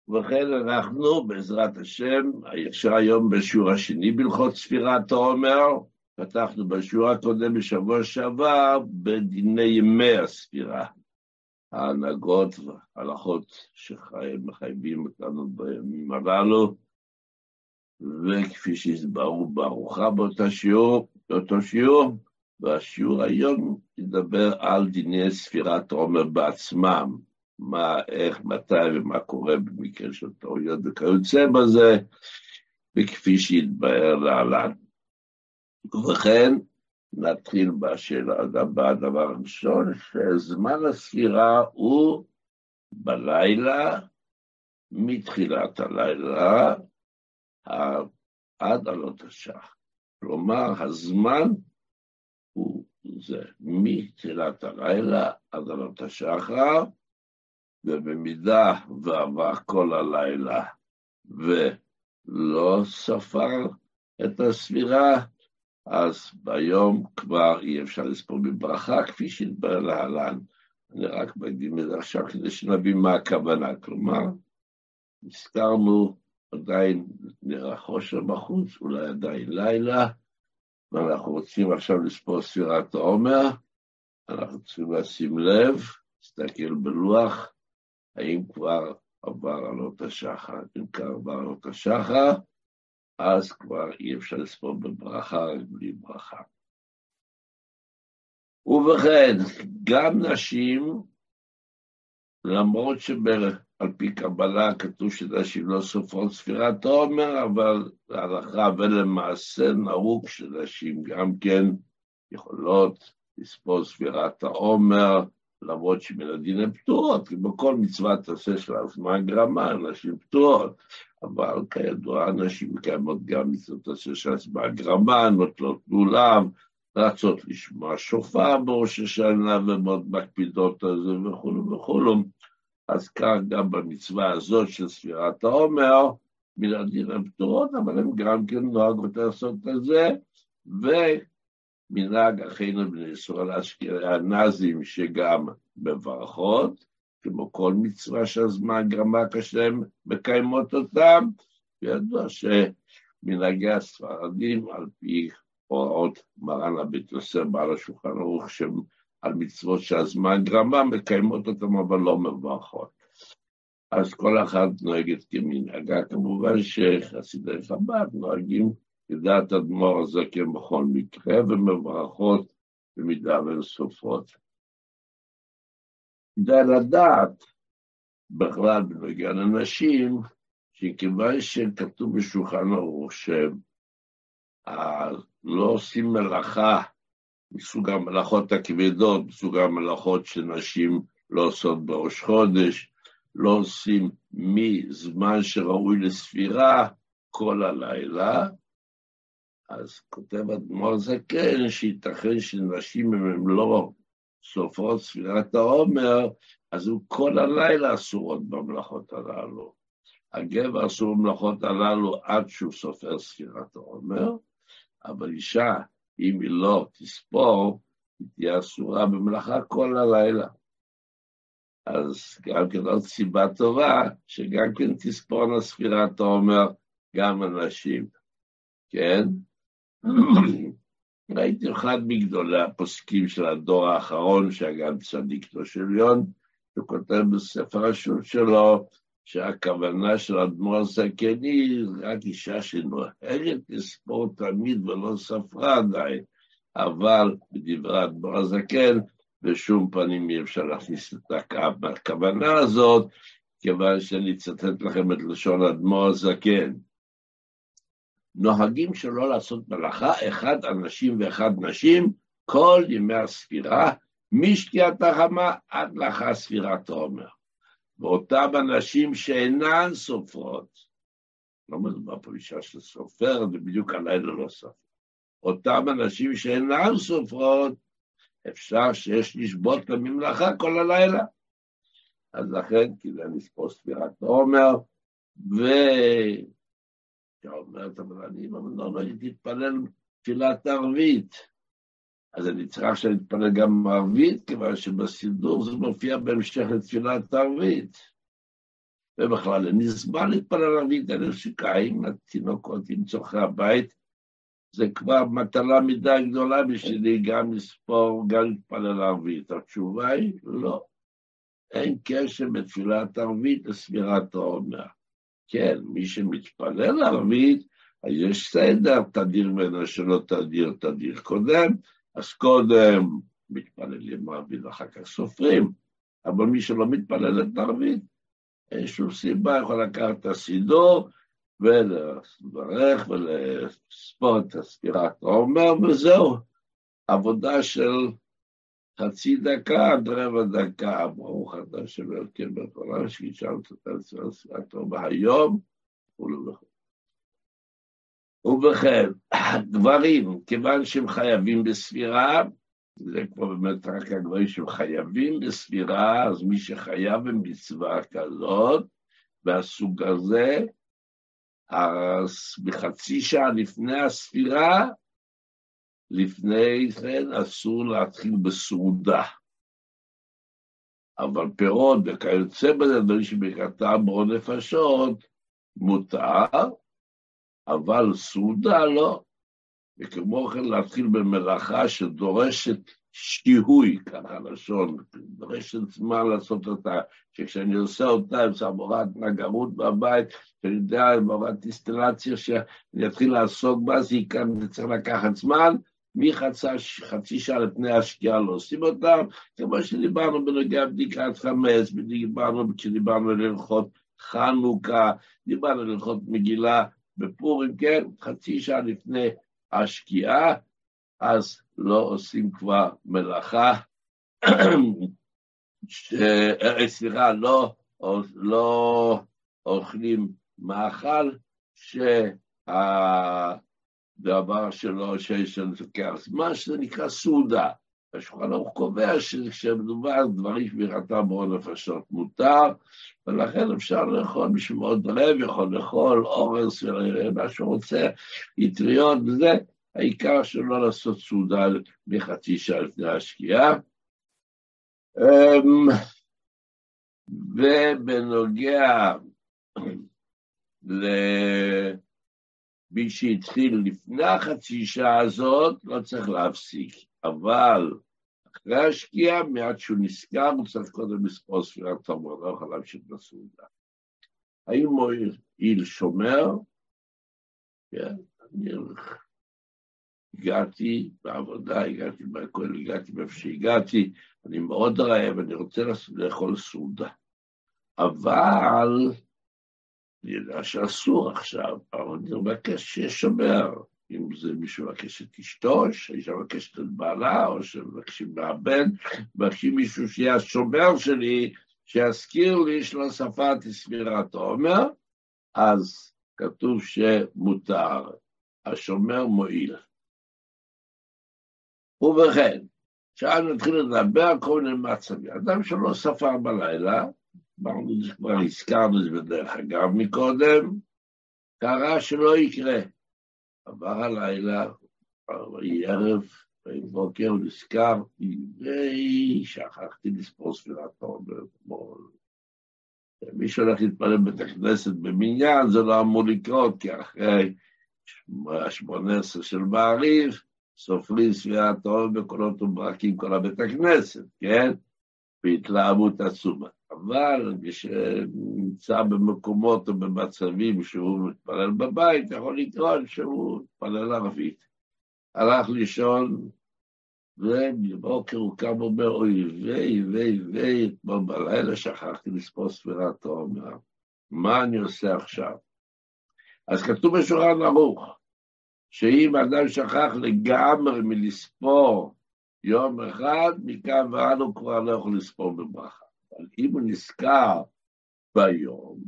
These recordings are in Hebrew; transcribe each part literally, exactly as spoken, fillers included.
ובכן אנחנו בעזרת השם, עכשיו היום בשיעור השני בהלכות ספירת העומר, פתחנו בשיעור הקודם בשבוע שעבר בדיני ימי הספירה, ההנהגות וההלכות שמחייבים אותנו בימים הללו, וכפי שהסברו בארוחה באותו שיעור, באותו שיעור, והשיעור היום ידבר על דיני ספירת העומר בעצמם, מה, איך, מתי ומה קורה במקרה של טעויות וכיוצא בזה, וכפי שהתבהר להלן. ובכן, נתחיל בשאלה הבאה. הדבר הראשון, שזמן הספירה הוא בלילה, מתחילת הלילה, עד עלות השחר. כלומר, הזמן הוא זה, מתחילת הלילה עד עלות השחר, ובמידה ועבר כל הלילה ולא ספר את הספירה, אז ביום כבר אי אפשר לספור בברכה, כפי שהתברר להלן. אני רק מגדים את זה עכשיו כדי שנבין מה הכוונה. כלומר, הזכרנו עדיין נראה חושר בחוץ, אולי עדיין לילה, ואנחנו רוצים עכשיו לספור ספירת העומר, אנחנו צריכים לשים לב, להסתכל בלוח, האם כבר עבר עלות השחר. אם כבר עבר עלות השחר, אז כבר אי אפשר לספור בברכה, רק בלי ברכה. ובכן, גם נשים, למרות שעל פי קבלה כתוב שנשים לא סופרות ספירת העומר, אבל להלכה ולמעשה נהוג שנשים גם כן יכולות לספור ספירת העומר, למרות שמן הדין הן פטורות, כי בכל מצוות תעשה של הזמן גרמה, נשים פטורות, אבל כידוע נשים מקיימות גם מצוות תעשה של הזמן גרמה, נוטלות לולב, רצות לשמוע שופר בראש השנה ומאוד מקפידות על זה וכו' וכו'. אז כך גם במצווה הזאת של ספירת העומר, מן הדין הן פטורות, אבל הן גם כן נוהגות לעשות את זה, ו... מנהג אחינו בני ישראל אשכנזים הנזים שגם מברכות, כמו כל מצווה שהזמן גרמה כשהם מקיימות אותם, וידוע שמנהגי הספרדים על פי הוראות מרן הבית יוסף בעל השולחן ערוך, שהם על מצוות שהזמן גרמה מקיימות אותם אבל לא מברכות. אז כל אחד נוהגת כמנהגה, כמובן שחסידי חב"ד נוהגים לדעת אדמו"ר הזקן בכל מקרה, ומברכות במידה והן סופרות. כדאי לדעת, בכלל בנוגע לנשים, שכיוון שכתוב בשולחן ערוך שלא עושים מלאכה מסוג המלאכות הכבדות, מסוג המלאכות שנשים לא עושות בראש חודש, לא עושים מזמן שראוי לספירה כל הלילה, אז כותב אדמו"ר זקן שייתכן שנשים הן לא סופרות ספירת העומר, אז הוא כל הלילה אסורות במלאכות הללו. הגבר אסור במלאכות הללו עד שהוא סופר ספירת העומר, אבל אישה, אם היא לא תספור, היא תהיה אסורה במלאכה כל הלילה. אז גם כן עוד סיבה טובה, שגם כן תספורנה ספירת העומר גם אנשים, כן? ראיתי אחד מגדולי הפוסקים של הדור האחרון, שגם צדיק קדוש עליון, הוא כותב בספר השו"ת שלו, שהכוונה של אדמו"ר הזקן היא רק אישה שנוהגת לספור תמיד ולא ספרה עדיין, אבל בדברי אדמו"ר הזקן, בשום פנים אי אפשר להכניס את הכוונה הזאת, כיוון שאני אצטט לכם את לשון אדמו"ר הזקן. נוהגים שלא לעשות מלאכה, אחד אנשים ואחד נשים, כל ימי הספירה, משקיעת החמה עד לאחר ספירת העומר. ואותם אנשים שאינן סופרות, לא מדובר פה אישה שסופרת, ובדיוק הלילה לא סופרת. אותם אנשים שאינן סופרות, אפשר שיש לשבות לממלכה כל הלילה. אז לכן, כדי לספור ספירת העומר, ו... שאומרת, אבל אני לא הייתי להתפלל תפילת ערבית. אז אני צריך שאני אתפלל גם ערבית, כיוון שבסידור זה מופיע בהמשך לתפילת ערבית. ובכלל אין לי זמן להתפלל ערבית, אין לי שיקיים, התינוקות עם צורכי הבית, זה כבר מטלה מדי גדולה בשבילי גם לספור, גם להתפלל ערבית. התשובה היא לא. אין קשר בתפילת ערבית לספירת העומר. כן, מי שמתפלל ערבית, אז יש סדר, תדיר ממנו שלא תדיר, תדיר קודם, אז קודם מתפללים ערבית, אחר כך סופרים, אבל מי שלא מתפלל את ערבית, אין שום סיבה, יכול לקחת את הסידור, ולברך ולספור את ספירת העומר, וזהו, עבודה של חצי דקה עד רבע דקה, ברוך אתה שמלכים בכל העולם, שהשארת את ספירת העומר היום, ולבכן. ובכן, גברים, כיוון שהם חייבים בספירה, זה כבר באמת רק הגברים שהם חייבים בספירה, אז מי שחייב במצווה כזאת, והסוג הזה, אז בחצי שעה לפני הספירה, לפני כן אסור להתחיל בסעודה. אבל פירות וכיוצא בזה, דברים שברכתם בו נפשות, מותר, אבל סעודה לא. וכמו כן להתחיל במלאכה שדורשת שיהוי, ככה לשון, דורשת זמן לעשות אותה, שכשאני עושה אותה, אני עושה מורת נגרות בבית, שאני יודע, מורת אינסטלציה, שאני אתחיל לעסוק בה, זה כאן, זה צריך לקחת זמן, מחצי שעה לפני השקיעה לא עושים אותם, כמו שדיברנו בנוגע בדיקת חמץ, דיברנו כשדיברנו על הלכות חנוכה, דיברנו על הלכות מגילה בפורים, כן, חצי שעה לפני השקיעה, אז לא עושים כבר מלאכה, סליחה, לא, לא אוכלים מאכל, שהדבר שלו שיש לנו לוקח זמן, שזה נקרא סעודה. השולחן ערוך קובע שכשמדובר על דברים שברכתם בו נפשות מותר, ולכן אפשר לאכול, מי שמאוד רעב יכול לאכול, אורז, מה שרוצה, יטריות וזה, העיקר שלא לעשות סעודה מחצי שעה לפני השקיעה. ובנוגע למי שהתחיל לפני החצי שעה הזאת, לא צריך להפסיק, אבל אחרי השקיעה, מעט שהוא נזכר, הוא צריך קודם לספור ספירת העומר, לא יכול להמשיך בסעודה. האם מועיל שומר? כן, אני הולך. הגעתי בעבודה, הגעתי בהכל, הגעתי באיפה שהגעתי, אני מאוד רעב, אני רוצה לאכול סעודה. אבל, אני יודע שאסור עכשיו, אבל אני מבקש שיש שומר. אם זה מישהו מבקש את אשתו, שאישה מבקשת את בעלה, או שמבקשים מהבן, מבקשים מישהו שיהיה השומר שלי, שיזכיר לי שלא ספרתי ספירת העומר, אז כתוב שמותר, השומר מועיל. ובכן, עכשיו נתחיל לדבר על כל מיני מצבים. אדם שלא ספר בלילה, כבר הזכרנו את זה בדרך אגב מקודם, קרה שלא יקרה. עבר הלילה, ערב, בוקר, נזכר, ושכחתי לספור ספירת העומר. מי שהולך להתפלל בית הכנסת במניין, זה לא אמור לקרות, כי אחרי השמונה עשרה של מעריב, סופרים ספירת העומר בקולות וברקים כל הבית הכנסת, כן? בהתלהבות עצומה. אבל כשנמצא במקומות או במצבים שהוא מתפלל בבית, יכול לקרוא שהוא מתפלל ערבית. הלך לישון, ובבוקר הוא קם ואומר, אוי ואי ואי ואי, אתמול בלילה שכחתי לספור ספירת העומר. מה אני עושה עכשיו? אז כתוב בשולחן ערוך, שאם אדם שכח לגמרי מלספור יום אחד, מכאן והלאה הוא כבר לא יכול לספור בברכה. אבל אם הוא נזכר ביום,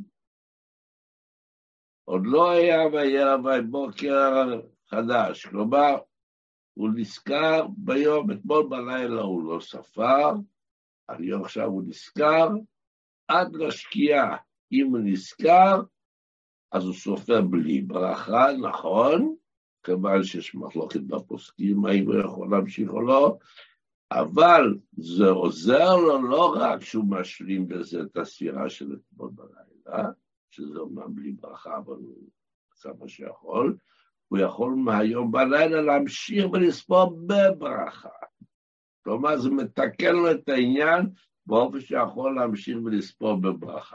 עוד לא היה והיה בוקר חדש, כלומר, הוא נזכר ביום, אתמול בלילה הוא לא ספר, היום עכשיו הוא נזכר, עד לשקיעה, אם הוא נזכר, אז הוא סופר בלי ברכה, נכון, כיוון שיש מחלוקת בפוסקים, האם הוא יכול להמשיך או לא, אבל זה עוזר לו לא רק שהוא משלים בזה את הספירה של אתמול בלילה, אה? שזה אומנם בלי ברכה, אבל הוא עשה מה שיכול, הוא יכול מהיום בלילה להמשיך ולספור בברכה. כלומר, זה מתקן לו את העניין, באופן שיכול להמשיך ולספור בברכה.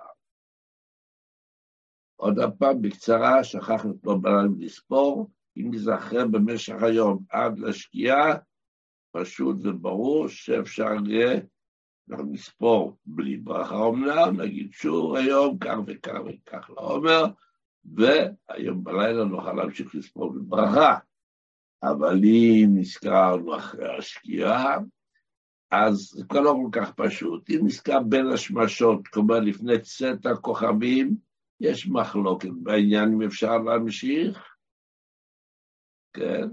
עוד הפעם, בקצרה, שכחנו פה בלילה לספור, אם נזכר במשך היום עד לשקיעה, פשוט וברור שאפשר יהיה לספור בלי ברכה אומנם, נגיד שוב היום כך וכך וכך לעומר, והיום בלילה נוכל להמשיך לספור בברכה. אבל אם נזכרנו אחרי השקיעה, אז זה כבר לא כל כך פשוט. אם נזכר בין השמשות, כלומר לפני צאת הכוכבים, יש מחלוקת בעניין אם אפשר להמשיך, כן?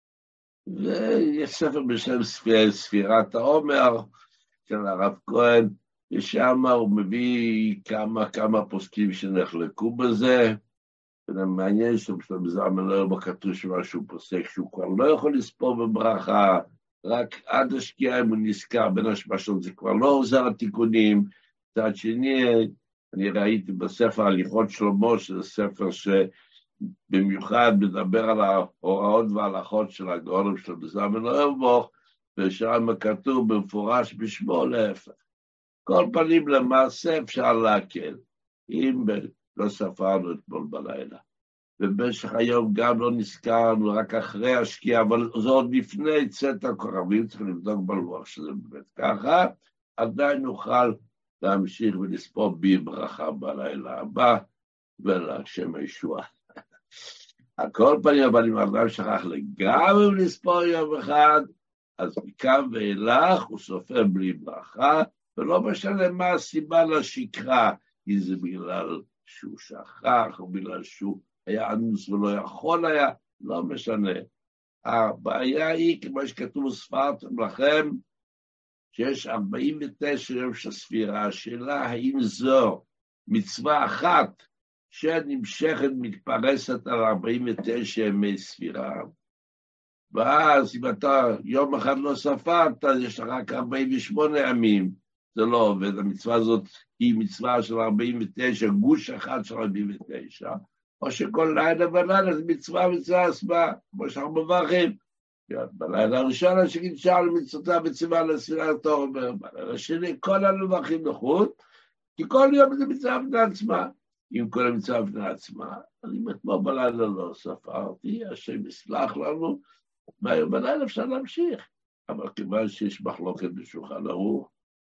ויש ספר בשם ספיר, ספירת העומר, של הרב כהן, ושם הוא מביא כמה, כמה פוסקים שנחלקו בזה, ומעניין שבשלב זמן לא יבוא כתוב שמשהו פוסק שהוא כבר לא יכול לספור בברכה, רק עד השקיעה אם הוא נזכר בין השמשות, זה כבר לא עוזר התיקונים. צד שני, אני ראיתי בספר הליכות שלמה, שזה ספר שבמיוחד מדבר על ההוראות וההלכות של הגאון של בזמן לא יבוא, ושם כתוב במפורש בשמו להפך. כל פנים למעשה אפשר להקל, אם לא ספרנו אתמול בלילה. ובמשך היום גם לא נזכרנו, רק אחרי השקיעה, אבל זה עוד לפני צאת הכוכבים, צריך לבדוק בלוח שזה באמת ככה, עדיין נוכל להמשיך ולספור בברכה בלילה הבא, ולהשם הישועה. על כל פנים, אבל אם אדם שכח לגמרי לספור יום אחד, אז מכאן ואילך הוא סופר בלי ברכה, ולא משנה מה הסיבה לשקרה, אם זה בגלל שהוא שכח, או בגלל שהוא היה אנוס ולא יכול היה, לא משנה. הבעיה היא, כמו שכתוב ספרתם לכם, שיש ארבעים ותשע יום של ספירה, השאלה האם זו מצווה אחת שנמשכת, מתפרסת על ארבעים ותשע ימי ספירה, ואז אם אתה יום אחד לא ספרת, אז יש לך רק ארבעים ושמונה ימים, זה לא עובד, המצווה הזאת היא מצווה של ארבעים ותשע, גוש אחד של ארבעים ותשע, או שכל לילה ולילה זה מצווה מצווה עצמה, כמו שאנחנו מברכים. בלילה הראשון השגיד שעל מצוותה מצווה לספירת העומר, בלילה השני כל המברכים לחוד, כי כל יום זה מצווה בפני עצמה. אם כל המצווה בפני עצמה, אז אם אתמול בלילה לא ספרתי, השם יסלח לנו, מהיום בלילה אפשר להמשיך. אבל כיוון שיש מחלוקת בשולחן ערוך,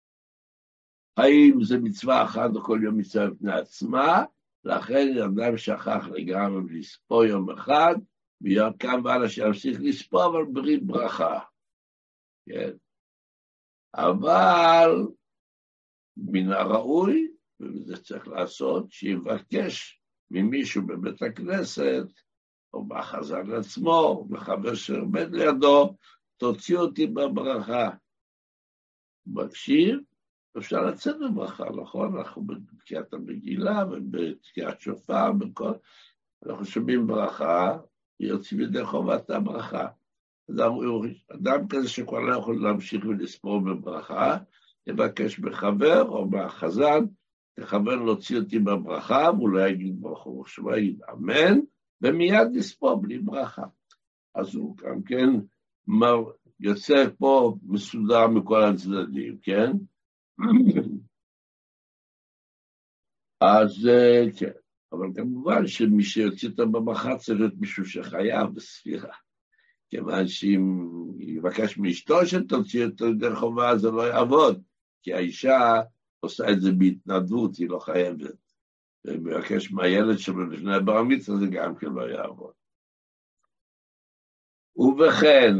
האם זה מצווה אחת או כל יום מצווה בפני עצמה, לכן אדם שכח לגמרי לספור יום אחד, ויום כאן ועלה שימשיך לספור, אבל בלי ברכה. כן? אבל מן הראוי, וזה צריך לעשות, שיבקש ממישהו בבית הכנסת, או בחזן עצמו, או בחבר שעומד לידו, תוציא אותי בברכה. מקשיב, אפשר לצאת בברכה, נכון? אנחנו בתקיעת המגילה ובתקיעת שופר, בכל... אנחנו שומעים ברכה, יוצאים ידי חובת הברכה. אדם, אדם כזה שכבר לא יכול להמשיך ולספור בברכה, יבקש בחבר או בחזן, תכוון להוציא אותי בברכה, והוא לא יגיד ברכה, הוא שמה יגיד אמן, ומיד לספור בלי ברכה. אז הוא גם כן מר, יוצא פה מסודר מכל הצדדים, כן? אז כן, אבל כמובן שמי שיוצא אותה בברכה צריך להיות מישהו שחייב בספירה, כיוון שאם יבקש מאשתו שתוציא אותו ידי חובה זה לא יעבוד, כי האישה עושה את זה בהתנדבות, היא לא חייבת. ומבקש מהילד שלו לפני בר מצווה, זה גם כן לא יעבוד. ובכן,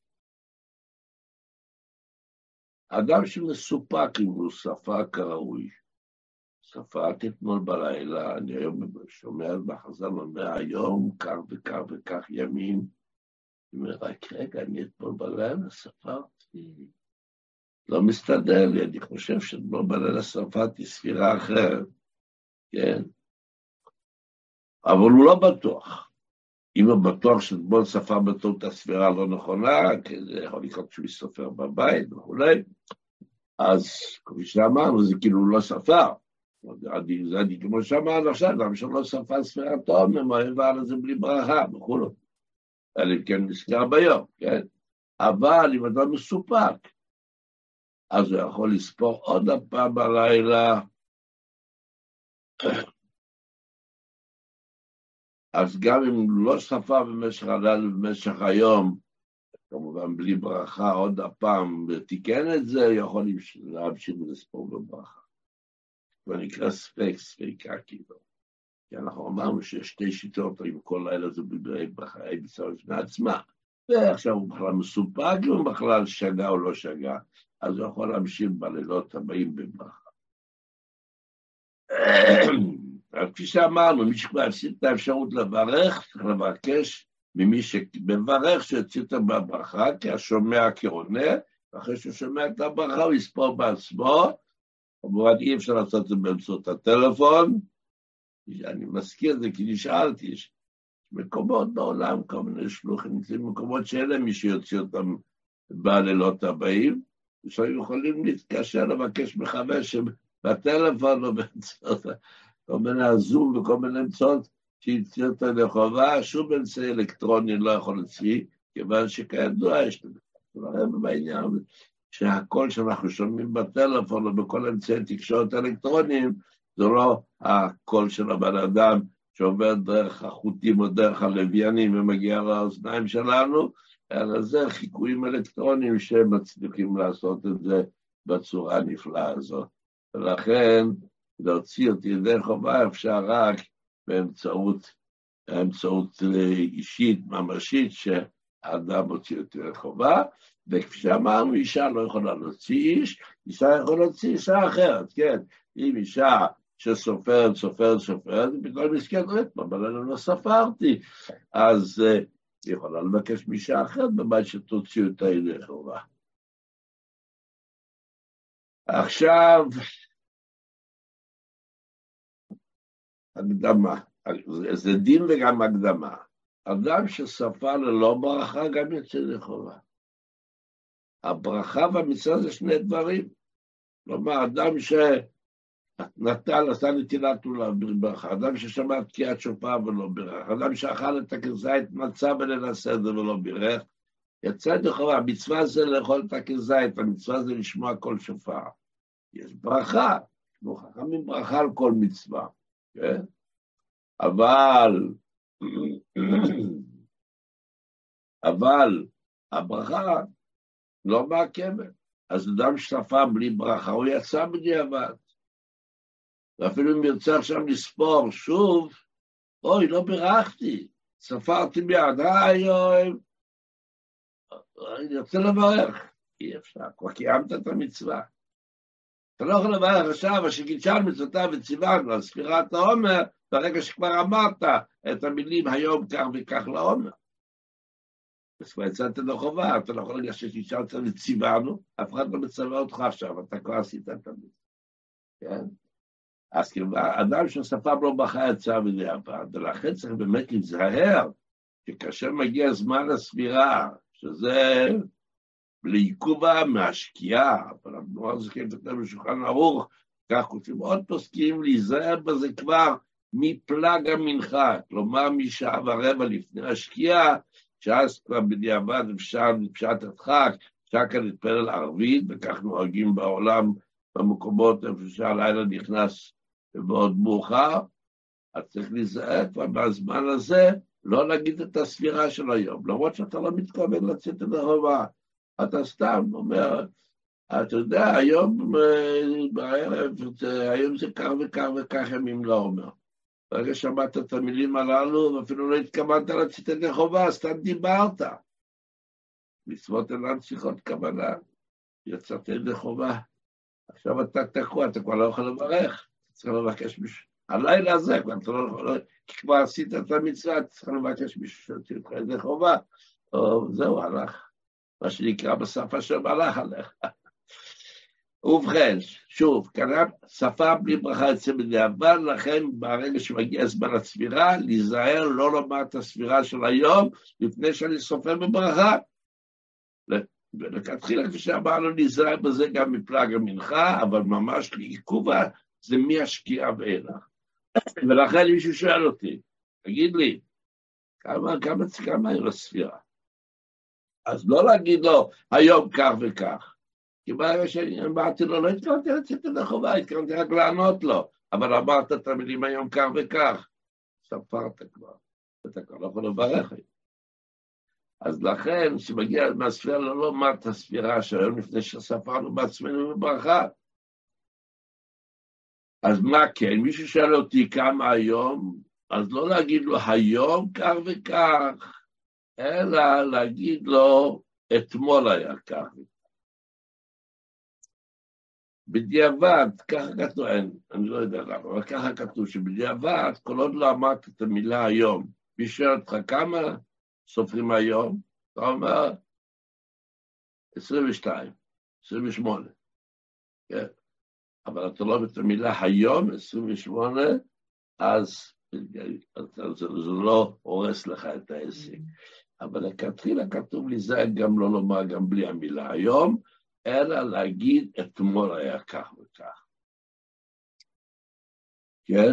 אדם שמסופק אם הוא ספק כראוי, ספק אתמול בלילה, אני היום שומע בחז"ל אומר היום, כך וכך וכך ימים, אני אומר, רק רגע, אני אתמול בלילה ספרתי, לא מסתדר לי, אני חושב שאתמול בלילה ספרתי ספירה אחרת, כן? אבל הוא לא בטוח. אם הוא בטוח שאתמול ספר בטוח את הספירה לא נכונה, כי זה יכול לקרות שהוא יספר בבית וכולי, אז כפי שאמרנו, זה כאילו לא ספר. זה אני כמו שאמרנו עכשיו, למה שלא ספר ספירת עומר, מה יבוא לזה בלי ברכה, וכולו. אלא אם כן נזכר ביום, כן? אבל אם אדם מסופק, אז הוא יכול לספור עוד הפעם בלילה, אז גם אם לא ספר במשך הלילה ובמשך היום, כמובן בלי ברכה עוד הפעם ותיקן את זה, יכול להמשיך לספור בברכה. זה נקרא ספק, ספקה כאילו. כי אנחנו אמרנו שיש שתי שיטות, אם כל לילה זה בלי ברכה, היא בצורה בפני עצמה. ועכשיו הוא בכלל מסופק, הוא בכלל שגה או לא שגה, אז הוא יכול להמשיך בלילות הבאים בברכה. אז כפי שאמרנו, מי שכבר הפסיד את האפשרות לברך, צריך לבקש ממי שמברך שיוציא אותה בברכה, כי השומע כעונה, ואחרי שהוא שומע את הברכה הוא יספור בעצמו, כמובן אי אפשר לעשות את זה באמצעות הטלפון, אני מזכיר את זה כי נשאלתי, יש מקומות בעולם, כל מיני שלוחים, מקומות שאין להם מי שיוציא אותם בלילות הבאים, ושהם יכולים להתקשר לבקש מחבר שבטלפון או באמצעות כל מיני הזום וכל מיני אמצעות שיוציא אותה לחובה, שום אמצעי אלקטרוני לא יכול להוציא, כיוון שכידוע יש לנו בעניין שהכל שאנחנו שומעים בטלפון או בכל אמצעי תקשורת אלקטרוניים, זה לא הקול של הבן אדם שעובר דרך החוטים או דרך הלוויינים ומגיע לאוזניים שלנו, אלא זה חיקויים אלקטרוניים שמצליחים לעשות את זה בצורה הנפלאה הזאת. ולכן להוציא אותי ידי חובה אפשר רק באמצעות באמצעות אישית, ממשית, שהאדם מוציא אותי ידי חובה, וכפי שאמרנו, אישה לא יכולה להוציא איש, אישה יכולה להוציא אישה אחרת, כן? אם אישה שסופרת, סופרת, סופרת, פתאום נזכרת, אבל אני לא ספרתי, אז היא יכולה לבקש מאישה אחרת, במה שתוציאו את ידי חובה. עכשיו, הקדמה, זה דין וגם הקדמה. אדם שספר ללא ברכה גם יוצא ידי חובה. הברכה והמצווה זה שני דברים. כלומר, אדם שנטל, עשה נטילת עולם ברכה, אדם ששמע תקיעת שופר ולא בירך, אדם שאכל את הכזית מצה בליל הסדר ולא בירך, יצא ידי חובה. המצווה זה לאכול את הכזית, המצווה זה לשמוע כל שופר. יש ברכה, כמו חכמים ברכה על כל מצווה, כן? אבל, אבל הברכה לא מעכבת. אז אדם שספר בלי ברכה, הוא יצא בדיעבד. ואפילו אם ירצה עכשיו לספור שוב, אוי, לא בירכתי, ספרתי ביד, היום, אני רוצה לברך. אי אפשר, כבר קיימת את המצווה. אתה לא יכול לברך עכשיו, שקידשנו מצוותיו וציוונו על ספירת העומר, ברגע שכבר אמרת את המילים היום כך וכך לעומר. אז כבר יצאת לחובה, אתה לא יכול לגשת שקידשת וציוונו, אף אחד לא מצווה אותך עכשיו, אתה כבר עשית את המילים. כן? אז כאילו, האדם שספר לו ברכה יצא בדיעבד, ולכן צריך באמת להיזהר, שכאשר מגיע זמן הספירה, שזה לעיכובה מהשקיעה, אבל המנועה זה כן כתב בשולחן ערוך, כך כותבים עוד פוסקים, להיזהר בזה כבר מפלג המנחה, כלומר משעה ורבע לפני השקיעה, שאז כבר בדיעבד אפשר לפשט הדחק, אפשר כאן להתפלל ערבית, וכך נוהגים בעולם במקומות איפה שהלילה נכנס מאוד מאוחר, אז צריך להיזהר כבר בזמן הזה, לא להגיד את הספירה של היום, למרות שאתה לא מתכוון לצאת את החובה, אתה סתם אומר, אתה יודע, היום בערב, היום זה כך וכך וכך ימים לא אומר. ברגע שמעת את המילים הללו, ואפילו לא התכוונת לצאת ידי חובה, סתם דיברת. מצוות אינן צריכות כוונה, יצאת ידי חובה. עכשיו אתה תקוע, אתה כבר לא יכול לברך, אתה צריך לבקש מישהו. הלילה הזה, כבר אתה לא יכול, כי כבר עשית את המצווה, אתה צריך לבקש מישהו שיוציא אותך ידי חובה, או זהו, הלך. מה שנקרא בשפה של מלאך עליך. ובכן, שוב, כנראה שפה בלי ברכה יוצא בדיעבד, לכן ברגע שמגיע זמן הספירה, להיזהר לא לומר את הספירה של היום, לפני שאני סופר בברכה. ולכתחילה, כפי שאמרנו, להיזהר בזה גם מפלג המנחה, אבל ממש לעיכובה, זה מהשקיעה ואילך. ולכן מישהו שואל אותי, תגיד לי, כמה, כמה, כמה היא לספירה? אז לא להגיד לו, היום כך וכך. כי ברגע שאמרתי לו, לא התכוונתי לצאת לחובה, התכוונתי רק לענות לו, אבל אמרת את המילים היום כך וכך. ספרת כבר, אתה כבר לא יכול לברך היום. אז לכן, כשמגיע מהספירה, לא לומר את הספירה שהיום לפני שספרנו בעצמנו בברכה. אז מה כן? מישהו שאל אותי כמה היום, אז לא להגיד לו היום כך וכך, אלא להגיד לו אתמול היה כך וכך. בדיעבד, ככה כתוב, אני לא יודע למה, אבל ככה כתוב שבדיעבד, כל עוד לא אמרת את המילה היום, מי שואל אותך כמה סופרים היום, אתה אומר עשרים ושתיים, עשרים ושמונה, כן? אבל אתה לא אומרת את המילה היום, עשרים ושמונה, אז, אז, אז זה לא הורס לך את העסק. אבל לכתחילה כתוב לי, זה גם לא לומר גם בלי המילה היום, אלא להגיד אתמול היה כך וכך. כן?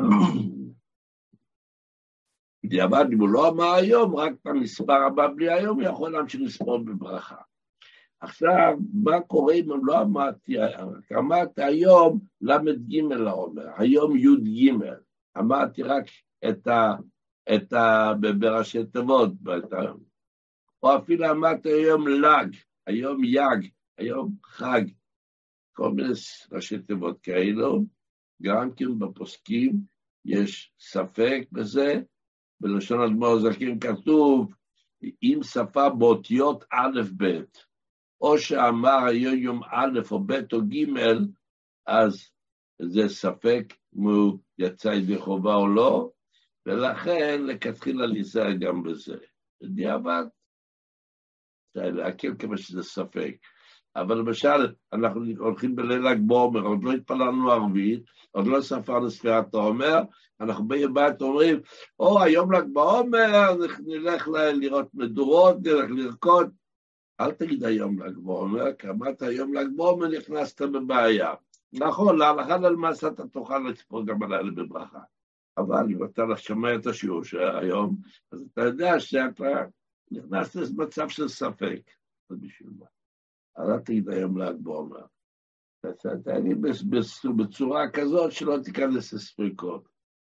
בדיעבד, אם הוא לא אמר היום, רק את המספר הבא בלי היום, הוא יכול להמשיך לספור בברכה. עכשיו, מה קורה אם לא אמרתי, אמרתי היום למד ג' לעומר, היום י' ג', אמרתי רק את ה... את ה... בראשי תיבות, או אפילו אמרתי היום לג, היום יג, היום חג, כל מיני ראשי תיבות כאלו, גם כן בפוסקים יש ספק בזה, בלשון אדמו"ר זקן כתוב, אם שפה באותיות א' ב', או שאמר היום יום א' או ב' או ג', אז זה ספק אם הוא יצא ידי חובה או לא, ולכן לכתחילה להיזהר גם בזה. בדיעבד, זה להקל כמה שזה ספק. אבל למשל, אנחנו הולכים בליל ל"ג בעומר, עוד לא התפללנו ערבית, עוד לא ספרנו ספירת העומר, אנחנו בבית אומרים, או היום ל"ג בעומר, נלך לראות מדורות, נלך לרקוד. אל תגיד היום ל"ג בעומר, כי אמרת היום ל"ג בעומר נכנסת בבעיה. נכון, להלכה למעשה אתה תוכל לצפור גם הלילה בברכה. אבל אם אתה שומע את השיעור שהיום, אז אתה יודע שאתה נכנס למצב של ספק. זה בשביל מה. אז אל תגיד היום ל"ג בעומר. תגיד בצורה כזאת שלא תיכנס לספקות.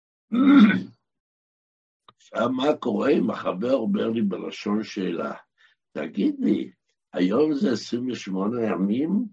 עכשיו, מה קורה אם החבר אומר לי בלשון שאלה? תגיד לי, היום זה עשרים ושמונה ימים?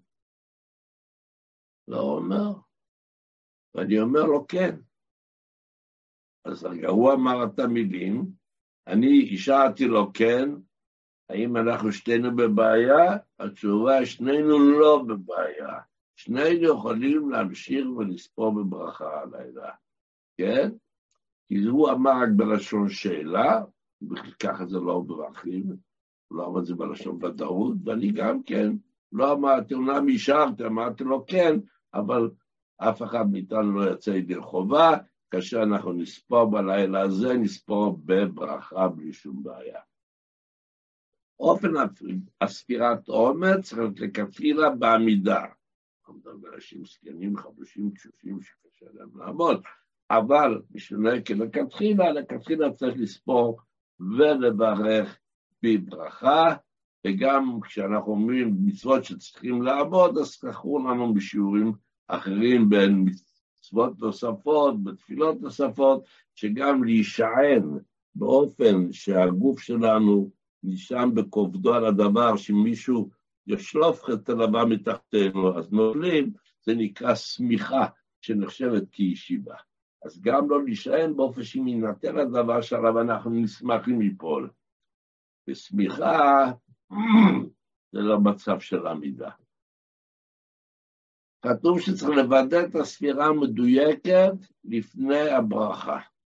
לא אומר. ואני אומר לו כן. אז רגע, הוא אמר את המילים, אני השארתי לו כן, האם אנחנו שתינו בבעיה? התשובה, שנינו לא בבעיה. שנינו יכולים להמשיך ולספור בברכה הלילה. כן? כי הוא אמר רק בלשון שאלה, וככה זה לא ברכים, הוא לא אמר את זה בלשון ודאות, ואני גם כן, לא אמרתי, אומנם השארתי, אמרתי לו כן, אבל אף אחד מאיתנו לא יצא ידי חובה, כאשר אנחנו נספור בלילה הזה, נספור בברכה בלי שום בעיה. אופן הספירת עומר צריך לכתחילה בעמידה. אנחנו מדבר אנשים סגנים, חבושים, תשושים, שקשה להם לעמוד, אבל בשביל לכתחילה, לכתחילה צריך לספור ולברך בברכה, וגם כשאנחנו אומרים מצוות שצריכים לעבוד, אז תזכרו לנו בשיעורים אחרים בין מצוות נוספות, בתפילות נוספות, שגם להישען באופן שהגוף שלנו נשען בכובדו על הדבר, שמישהו ישלוף את הדבר מתחתנו, אז נופלים, זה נקרא סמיכה שנחשבת כישיבה. אז גם לא להישען באופן שאם ינתן הדבר שעליו אנחנו נשמחים ליפול. וסמיכה זה לא מצב של עמידה. כתוב שצריך לוודא את הספירה המדויקת לפני הברכה.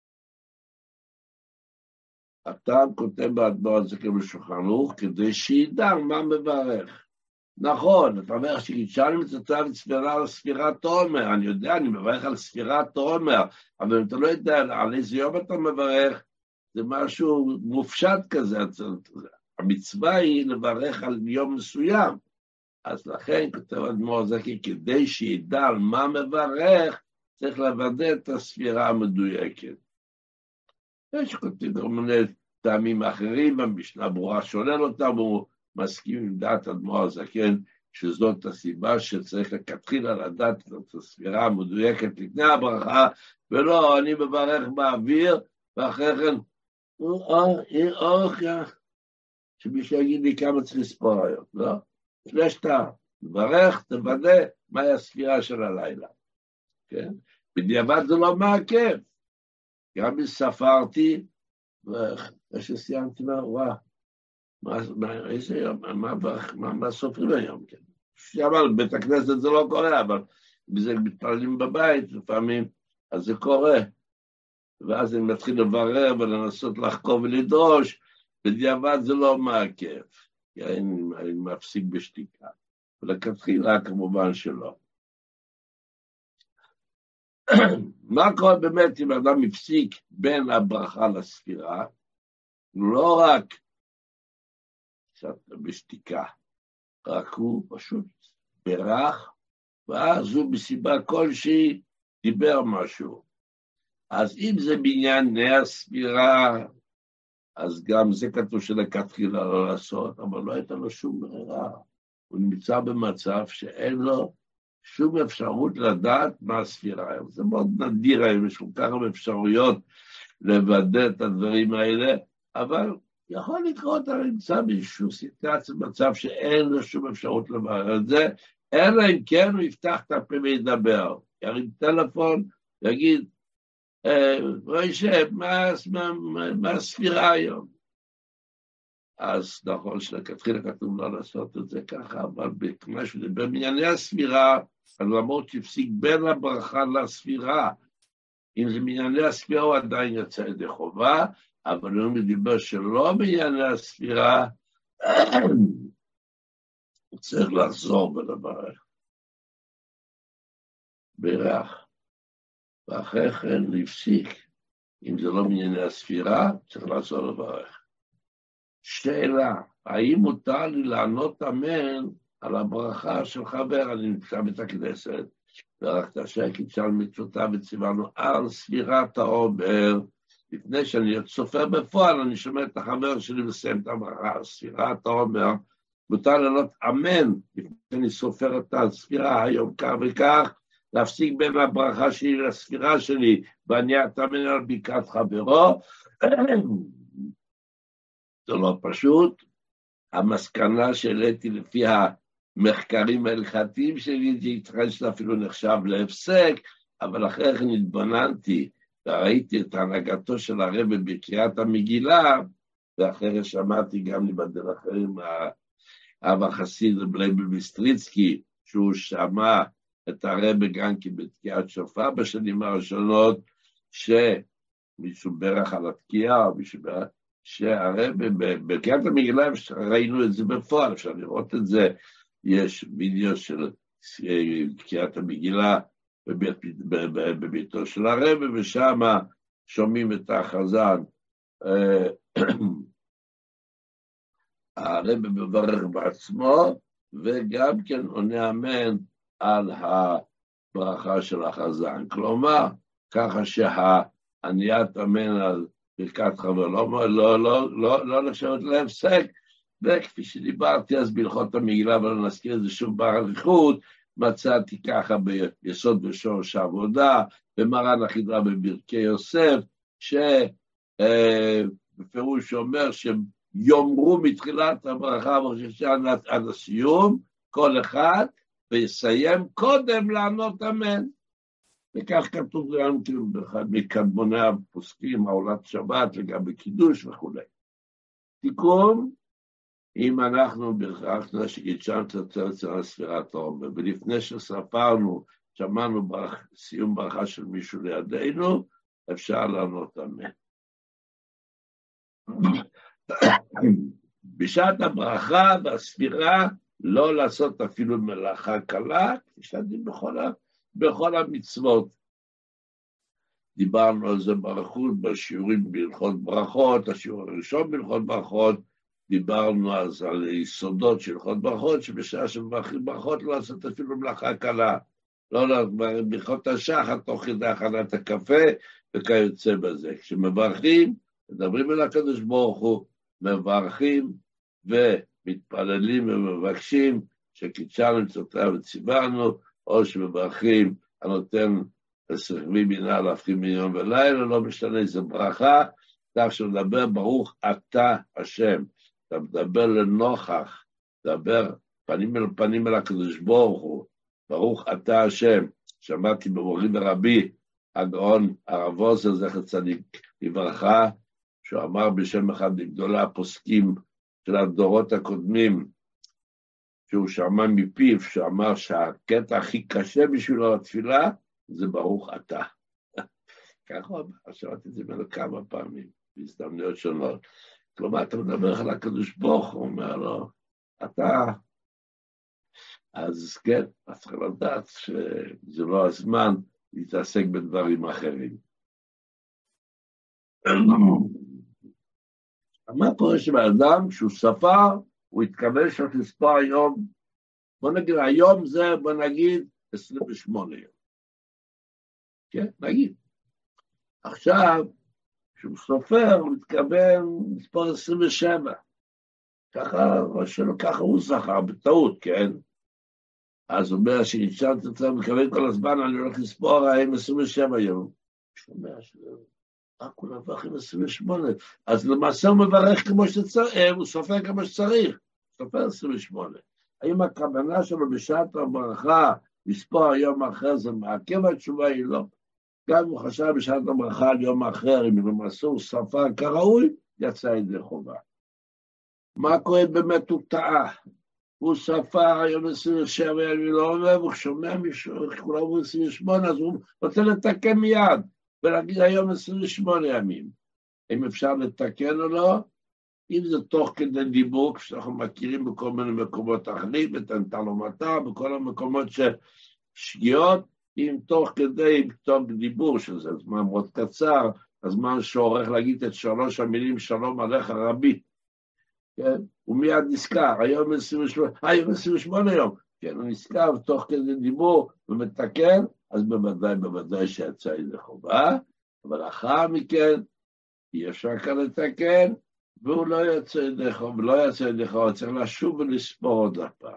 אתה כותב באדמו"ר הזקן בשולחן ערוך כדי שידע מה מברך. נכון, אתה אומר שכשאני מצטט את ספירה לספירת עומר, אני יודע, אני מברך על ספירת עומר, אבל אם אתה לא יודע על איזה יום אתה מברך, זה משהו מופשט כזה. המצווה היא לברך על יום מסוים, אז לכן כותב האדמו"ר הזקן, כדי שידע על מה מברך, צריך לוודא את הספירה המדויקת. יש כותבים כל מיני טעמים אחרים, המשנה ברורה שולל אותם, הוא מסכים עם דעת האדמו"ר הזקן, שזאת הסיבה שצריך לכתחילה לדעת את הספירה המדויקת לפני הברכה, ולא, אני מברך באוויר, ואחרי כן, אוקיי, שמישהו יגיד לי כמה צריך לספור היום, לא? לפני שאתה מברך, תוודא מהי הספירה של הלילה, כן? בדיעבד זה לא מעכב, גם אם ספרתי, ואחרי שסיימתי, וואו, מה, איזה יום, מה, מה, מה סופרים היום, כן? אבל בית הכנסת זה לא קורה, אבל אם זה מתפללים בבית, לפעמים, אז זה קורה. ואז אני מתחיל לברר ולנסות לחקור ולדרוש, בדיעבד זה לא מעכב, כי אני, אני מפסיק בשתיקה. ולכתחילה כמובן שלא. מה קורה באמת אם אדם מפסיק בין הברכה לספירה? לא רק קצת בשתיקה, רק הוא פשוט ברך, ואז הוא בסיבה כלשהי דיבר משהו. אז אם זה בענייני הספירה, אז גם זה כתוב שלכתחילה לא לעשות, אבל לא הייתה לו שום ברירה. הוא נמצא במצב שאין לו שום אפשרות לדעת מה הספירה. זה מאוד נדיר היום, יש כל כך הרבה אפשרויות לוודא את הדברים האלה, אבל יכול לקרות, אני נמצא באיזשהו סיטואציה, במצב שאין לו שום אפשרות לברר את זה, אלא אם כן הוא יפתח את הפה וידבר, ירים טלפון, ויגיד, מוישה, מה הספירה היום? אז נכון שלכתחילה כתוב לא לעשות את זה ככה, אבל משהו, במענייני הספירה, אז למרות שהפסיק בין הברכה לספירה, אם זה מענייני הספירה הוא עדיין יצא ידי חובה, אבל הוא מדבר שלא בענייני הספירה, הוא צריך לחזור ולברך. ברך. ואחרי כן להפסיק. אם זה לא בענייני הספירה, צריך לחזור לברך. שאלה, האם מותר לי לענות אמן על הברכה של חבר? אני נמצא בית הכנסת, ברכת השקט של מצוותיו וציוונו על ספירת העומר, לפני שאני צופה בפועל, אני שומע את החבר שלי מסיים את הברכה, ספירת העומר, מותר לענות אמן, לפני שאני סופר את הספירה היום כך וכך, להפסיק בין הברכה שלי לספירה שלי, ואני אתאמן על ברכת חברו, זה לא פשוט. המסקנה שהעליתי לפי המחקרים ההלכתיים שלי, זה ייתכן שזה אפילו נחשב להפסק, אבל אחרי כן התבוננתי, וראיתי את הנהגתו של הרבי בקריאת המגילה, ואחרי כן שמעתי גם לבדל אחרים, האב החסיד בלייבל ביסטריצקי, שהוא שמע את הרבי גם כי בתקיעת שופר בשנים הראשונות, שמישהו ברך על התקיעה, או מישהו ברך, שהרבי בקריאת המגילה, ראינו את זה בפועל, אפשר לראות את זה, יש וידאו של תקיעת המגילה, בבית, בביתו של הרבי, ושם שומעים את החזן. הרבי מברך בעצמו, וגם כן עונה אמן על הברכה של החזן. כלומר, ככה שהעניית אמן על ברכת חבר לא, לא, לא, לא, לא נחשבת להפסק, וכפי שדיברתי אז בהלכות המגילה, ולא נזכיר את זה שוב באריכות, מצאתי ככה ביסוד בשורש העבודה, במרן החידרא בברכי יוסף, שבפירוש אומר שיאמרו מתחילת הברכה עד הסיום, כל אחד, ויסיים קודם לענות אמן. וכך כתוב גם כאילו באחד מקדמוני הפוסקים, העולת שבת לגבי קידוש וכו'. תיקון, אם אנחנו ברכנו שגידשנו את הצוות של ספירת העומר, ולפני שספרנו, שמענו ברך, סיום ברכה של מישהו לידינו, אפשר לענות אמן. בשעת הברכה והספירה, לא לעשות אפילו מלאכה קלה, כשעדים בכל, בכל המצוות. דיברנו על זה באריכות, בשיעורים בהלכות ברכות, השיעור הראשון בהלכות ברכות, דיברנו אז על יסודות של הלכות ברכות, שבשעה שמברכים ברכות לא לעשות אפילו מלאכה קלה. לא לברכות השחר תוך כדי הכנת הקפה וכיוצא בזה. כשמברכים, מדברים אל הקדוש ברוך הוא, מברכים ומתפללים ומבקשים שקידשנו מצוותיו וציוונו, או שמברכים הנותן לשכבי בינה להפכים מיום ולילה, לא משנה איזה ברכה, כך שמדבר ברוך אתה השם, אתה מדבר לנוכח, מדבר פנים אל פנים אל הקדוש ברוך הוא, ברוך אתה השם. שמעתי במורי ורבי הגאון הרב עוזר זכר צדיק לברכה, שהוא אמר בשם אחד מגדולי הפוסקים של הדורות הקודמים, שהוא שמע מפיו, שאמר שהקטע הכי קשה בשבילו התפילה, זה ברוך אתה. ככה הוא אמר, שמעתי את זה ממנו כמה פעמים, בהזדמנויות שונות. כלומר, אתה מדבר על הקדוש ברוך הוא, אומר לו, אתה, אז כן, אתה צריך לדעת שזה לא הזמן להתעסק בדברים אחרים. מה קורה שבאדם, כשהוא ספר, הוא התכוון שאתה לספור היום, בוא נגיד, היום זה, בוא נגיד, עשרים ושמונה יום. כן, נגיד. עכשיו, כשהוא סופר, הוא מתכוון לספור עשרים ושבע. ככה, שלא, ככה הוא זכר, בטעות, כן? אז הוא אומר, שנשאלת את זה, מקווה כל הזמן, אני הולך לספור היום עשרים ושבע יום. הוא אומר, רק הוא נבח עם עשרים ושמונה. אז למעשה הוא מברך כמו שצריך, הוא סופר כמו שצריך. סופר עשרים ושמונה. האם הכוונה שלו בשעת הברכה, לספור היום אחר, זה מעכב? התשובה היא לא. גם הוא חשב בשעת הברכה על יום אחר, אם למעשה הוא ספר כראוי, יצא את זה חובה. מה קורה באמת הוא טעה? הוא ספר היום עשרים ושבע, אני לא אומר, הוא שומע מישהו, כולם הוא עשרים ושמונה, אז הוא רוצה לתקן מיד, ולהגיד היום עשרים ושמונה ימים. אם אפשר לתקן או לא? אם זה תוך כדי דיבור, כשאנחנו מכירים בכל מיני מקומות אחרים, בתנתלומתה, בכל המקומות ששגיאות, אם תוך כדי פתאום דיבור, שזה זמן מאוד קצר, הזמן שעורך להגיד את שלוש המילים, שלום עליך רבי, כן? הוא מיד נזכר, היום עשרים ושמונה, היום עשרים ושמונה יום, כן, הוא נזכר תוך כדי דיבור ומתקן, אז בוודאי, בוודאי שיצא איזה חובה, אבל אחר מכן, אי אפשר כאן לתקן, והוא לא יצא ידיך, ולא יצא ידיך, הוא צריך לשוב ולספור עוד הפעם.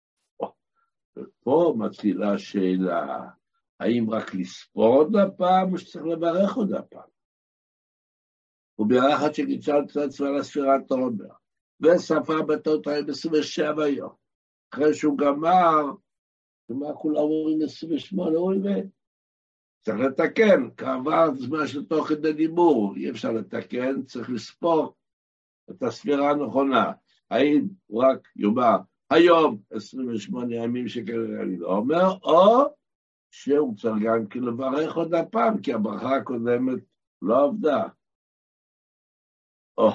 ופה מתחילה השאלה, האם רק לספור עוד הפעם, או שצריך לברך עוד הפעם? הוא בירך עד שקידשה את עצמה לספירת העומר, וספר בטעות היום עשרים ושבע יום. אחרי שהוא גמר, ומה כולם אומרים עשרים ושמונה, הוא אומר, צריך לתקן, כעבר זמן של תוך כדי דיבור, אי אפשר לתקן, צריך לספור את הספירה הנכונה. האם הוא רק יאמר, היום עשרים ושמונה ימים שכנראה אני לא אומר, או שהוא צריך גם כי לברך עוד הפעם, כי הברכה הקודמת לא עבדה. או.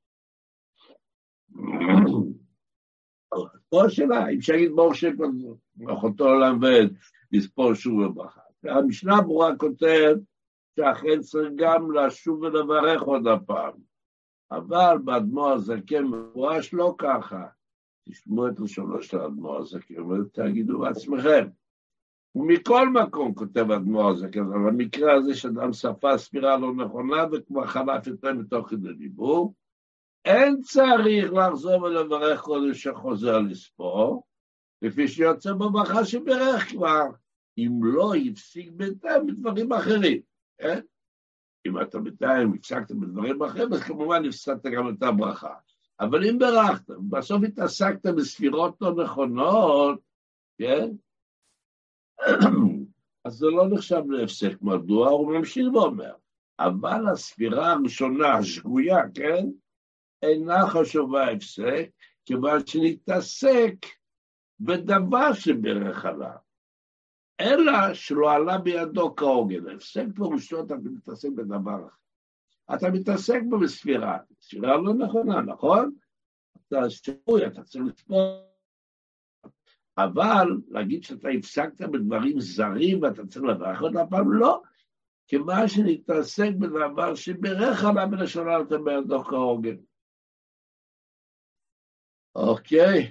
פה שאלה, אם שיגיד ברוך שכבר אחותו עולם ועד, לספור שוב בברכה. המשנה ברורה כותב שאכן צריך גם לשוב ולברך עוד הפעם. אבל באדמו"ר הזקן מפורש לא ככה. תשמעו את לשונו של האדמו"ר הזקן, ותגידו בעצמכם. ומכל מקום כותב האדמו"ר הזקן, אבל במקרה הזה שאדם ספר ספירה לא נכונה, וכבר חלף יותר מתוך כדי דיבור, אין צריך לחזור ולברך קודם שחוזר לספור, לפי שיוצא בברכה שברך כבר, אם לא יפסיק בינתיים בדברים אחרים. כן? אם אתה בינתיים הפסקת בדברים אחרים, אז כמובן הפסקת גם את הברכה. אבל אם ברכת, בסוף התעסקת בספירות לא נכונות, כן? אז זה לא נחשב להפסק. מדוע? הוא ממשיך ואומר, אבל הספירה הראשונה, השגויה, כן? אינה חשובה הפסק, כיוון שנתעסק בדבר שברך עליו. אלא שלא עלה בידו כהוגן. הפסק פירושו, אתה מתעסק בדבר אחר. אתה מתעסק בו בספירה. ספירה לא נכונה, נכון? אתה שפוי, אתה צריך לספור. אבל להגיד שאתה הפסקת בדברים זרים ואתה צריך לברך עוד הפעם, לא. כיוון שנתעסק בדבר שברך עליו ולא עלה בידו כהוגן. אוקיי.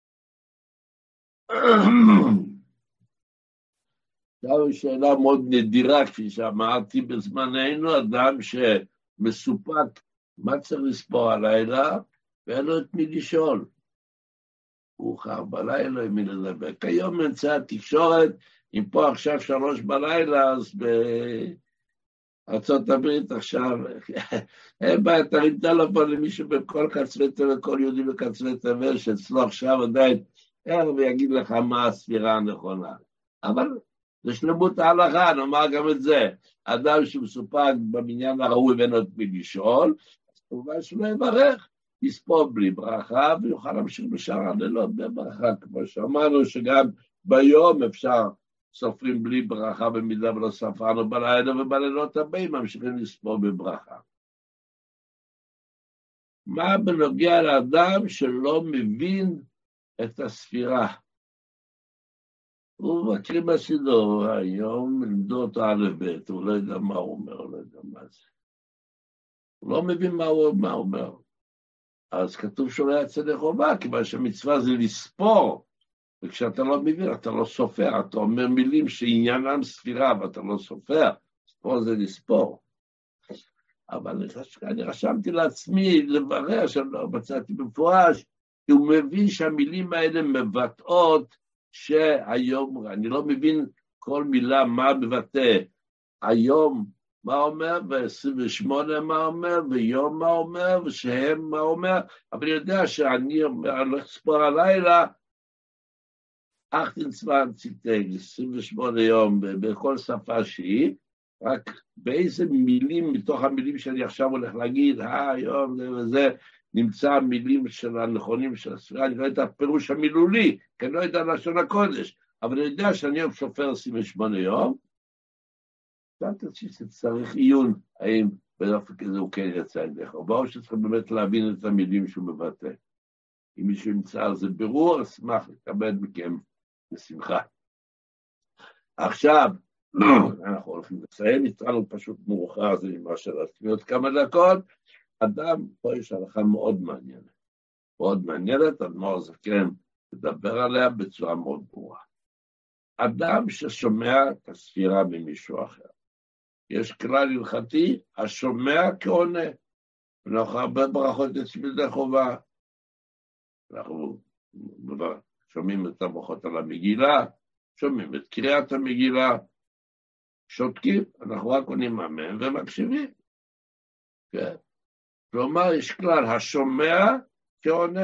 זו שאלה מאוד נדירה, כפי שאמרתי בזמננו, אדם שמסופק, מה צריך לספור הלילה, ואין לו את מי לשאול. מאוחר בלילה, עם מי לדבר. כיום נמצא התקשורת, אם פה עכשיו שלוש בלילה, אז בארצות הברית עכשיו, אין בעיה, תרים טלפון למישהו בכל קצווי תבל, כל יהודי בקצווי תבל, שאצלו עכשיו עדיין ער ויגיד לך מה הספירה הנכונה. אבל זה שלמות ההלכה, נאמר גם את זה. אדם שמסופק במניין הראוי ואין עוד מי לשאול, אז כמובן שלא יברך, יספור בלי ברכה, ויוכל להמשיך בשאר הלילות בברכה, כמו שאמרנו שגם ביום אפשר סופרים בלי ברכה, במידה ולא ספרנו בלילה, ובלילות הבאים ממשיכים לספור בברכה. מה בנוגע לאדם שלא מבין את הספירה? הוא מקריא בסידור, היום לימדו אותו א' ב', הוא לא יודע מה הוא אומר, הוא לא יודע מה זה. הוא לא מבין מה הוא, מה הוא אומר. אז כתוב שהוא לא יצא לחובה, כיוון שהמצווה זה לספור, וכשאתה לא מבין, אתה לא סופר, אתה אומר מילים שעניינם ספירה, ואתה לא סופר, ספור זה לספור. אבל אני רשמתי לעצמי לברר, שלא מצאתי במפורש, כי הוא מבין שהמילים האלה מבטאות שהיום, אני לא מבין כל מילה מה מבטא, היום מה אומר, ב-עשרים ושמונה מה אומר, ויום מה אומר, ושהם מה אומר, אבל אני יודע שאני הולך לספור הלילה, אחתינצמן ציטג, עשרים ושמונה יום, בכל שפה שהיא, רק באיזה מילים, מתוך המילים שאני עכשיו הולך להגיד, היום זה וזה, נמצא המילים של הנכונים של הספירה, אני לא יודע את הפירוש המילולי, כי אני לא יודע לשון הקודש, אבל אני יודע שאני היום סופר עשרים ושמונה יום, ואתה תציע שצריך עיון, האם באופן כזה הוא כן יצא אליך, או באו שצריכים באמת להבין את המילים שהוא מבטא. אם מישהו ימצא על זה בירור, אשמח לקבל מכם בשמחה. עכשיו, אנחנו הולכים לסיים, התרענו פשוט מאוחר, זה נגמר של עצמי עוד כמה דקות, אדם, פה יש הלכה מאוד מעניינת, מאוד מעניינת, אדמו"ר זקן לדבר עליה בצורה מאוד ברורה. אדם ששומע את הספירה ממישהו אחר, יש כלל הלכתי, השומע כעונה, אנחנו הרבה ברכות לתפילה חובה, אנחנו שומעים את הברכות על המגילה, שומעים את קריאת המגילה, שותקים, אנחנו רק עונים אמן ומקשיבים. כן. כלומר, יש כלל, השומע כעונה.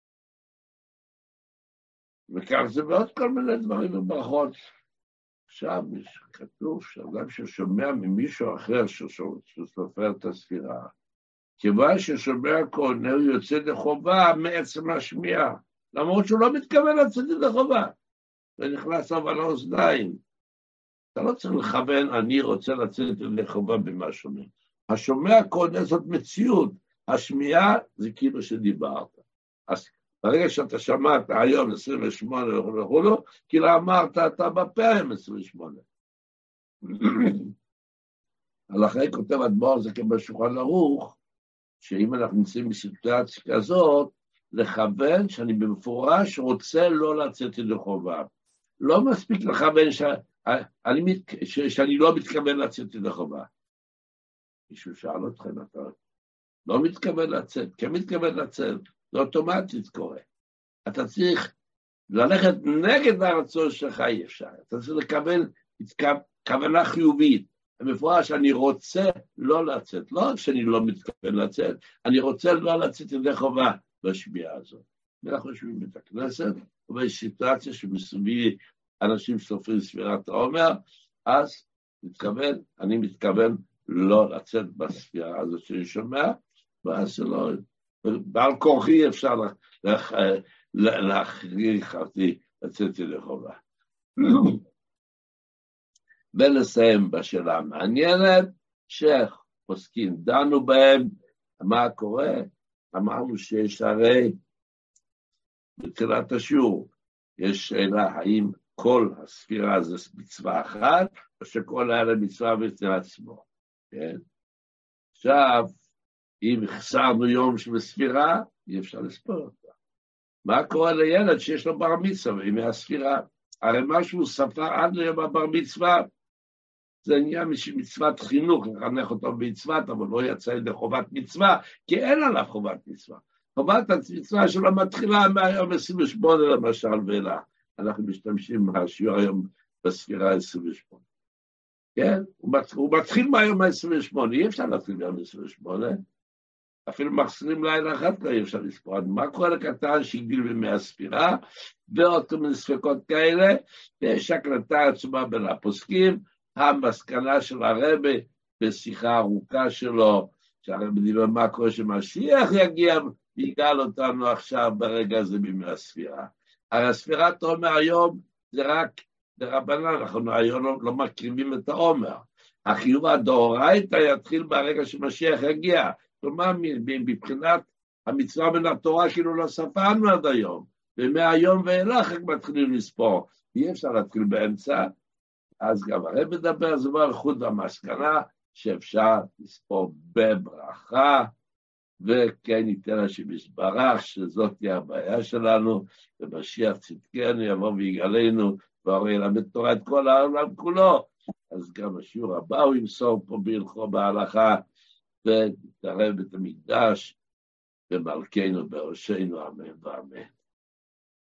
וכך זה בעוד כל מיני דברים וברכות. עכשיו, כתוב שאדם ששומע ממישהו אחר שסופר את הספירה, כיוון ששומע כעונה הוא יוצא לחובה מעצם השמיעה, למרות שהוא לא מתכוון לצאת לחובה. זה נכנס לו על האוזניים. אתה לא צריך לכוון, אני רוצה לצאת לחובה במה שומע. השומע כעונה זאת מציאות, השמיעה זה כאילו שדיברת. אז ברגע שאתה שמעת היום עשרים ושמונה וכו', כאילו אמרת אתה בפה עם עשרים ושמונה. על אחרי כותב אדמו"ר זה בשולחן ערוך, שאם אנחנו נמצאים בסיטואציה כזאת, לכוון שאני במפורש רוצה לא לצאת לחובה. לא מספיק לכוון ש... אני מת... ש... שאני לא מתכוון לצאת לחובה. מישהו שאל אתכם, אתה לא מתכוון לצאת, כן מתכוון לצאת, זה אוטומטית קורה. אתה צריך ללכת נגד הרצון שלך, אי אפשר. אתה צריך לכוון כוונה חיובית. במפורש אני רוצה לא לצאת, לא רק שאני לא מתכוון לצאת, אני רוצה לא לצאת ידי חובה בשביעה הזאת. אנחנו יושבים בית הכנסת, ויש סיטואציה שמסביבי אנשים סופרים ספירת העומר, אז מתכוון, אני מתכוון לא לצאת בספירה הזאת שאני שומע, ואז לא, בעל כורחי אפשר להכריח אותי לצאת ידי חובה. ולסיים בשאלה המעניינת, שפוסקים דנו בהם, מה קורה? אמרנו שיש הרי בתחילת השיעור, יש שאלה האם כל הספירה זה מצווה אחת, או שכל האלה מצווה בפני עצמו. כן? עכשיו, אם החסרנו יום של ספירה, אי אפשר לספור אותה. מה קורה לילד שיש לו בר מצווה בימי הספירה? הרי מה שהוא ספר עד ליום הבר מצווה, זה עניין מצוות חינוך, לחנך אותו במצוות, אבל לא יצא ידי חובת מצווה, כי אין עליו חובת מצווה. חובת המצווה שלו מתחילה מהיום עשרים ושמונה למשל ואלה. אנחנו משתמשים בשיעור היום בספירה עשרים ושמונה. כן? הוא מתחיל מהיום ה-עשרים ושמונה, אי אפשר להתחיל מהיום ה-עשרים ושמונה. אפילו מחסנים לילה אחת לא אי אפשר לספור. מה קורה לקטן שהגדיל בימי הספירה, ועוד כל מיני ספקות כאלה, ויש הקלטה עצומה בין הפוסקים, המסקנה של הרבי בשיחה ארוכה שלו, שהרבי דיבר מה קורה שמשיח יגיע, ויגאל אותנו עכשיו ברגע הזה בימי הספירה. הרי הספירת עומר היום זה רק דרבנן, אנחנו היום לא, לא מקריבים את העומר. החיוב הדאורייתא יתחיל ברגע שמשיח יגיע. כלומר, מבחינת המצווה מן התורה כאילו לא ספרנו עד היום, ומהיום ואילך רק מתחילים לספור. אי אפשר להתחיל באמצע, אז גם הרב מדבר, זה כבר חוט המסקנה שאפשר לספור בברכה, וכן ייתן השם יתברך, שזאת תהיה הבעיה שלנו, ומשיח צדקנו יבוא ויגאלנו, והרי ילמד תורה את כל העולם כולו. אז גם השיעור הבא הוא ימסור פה בהלכו בהלכה, ותתערב בית המקדש, ומלכנו בראשנו, אמן ואמן.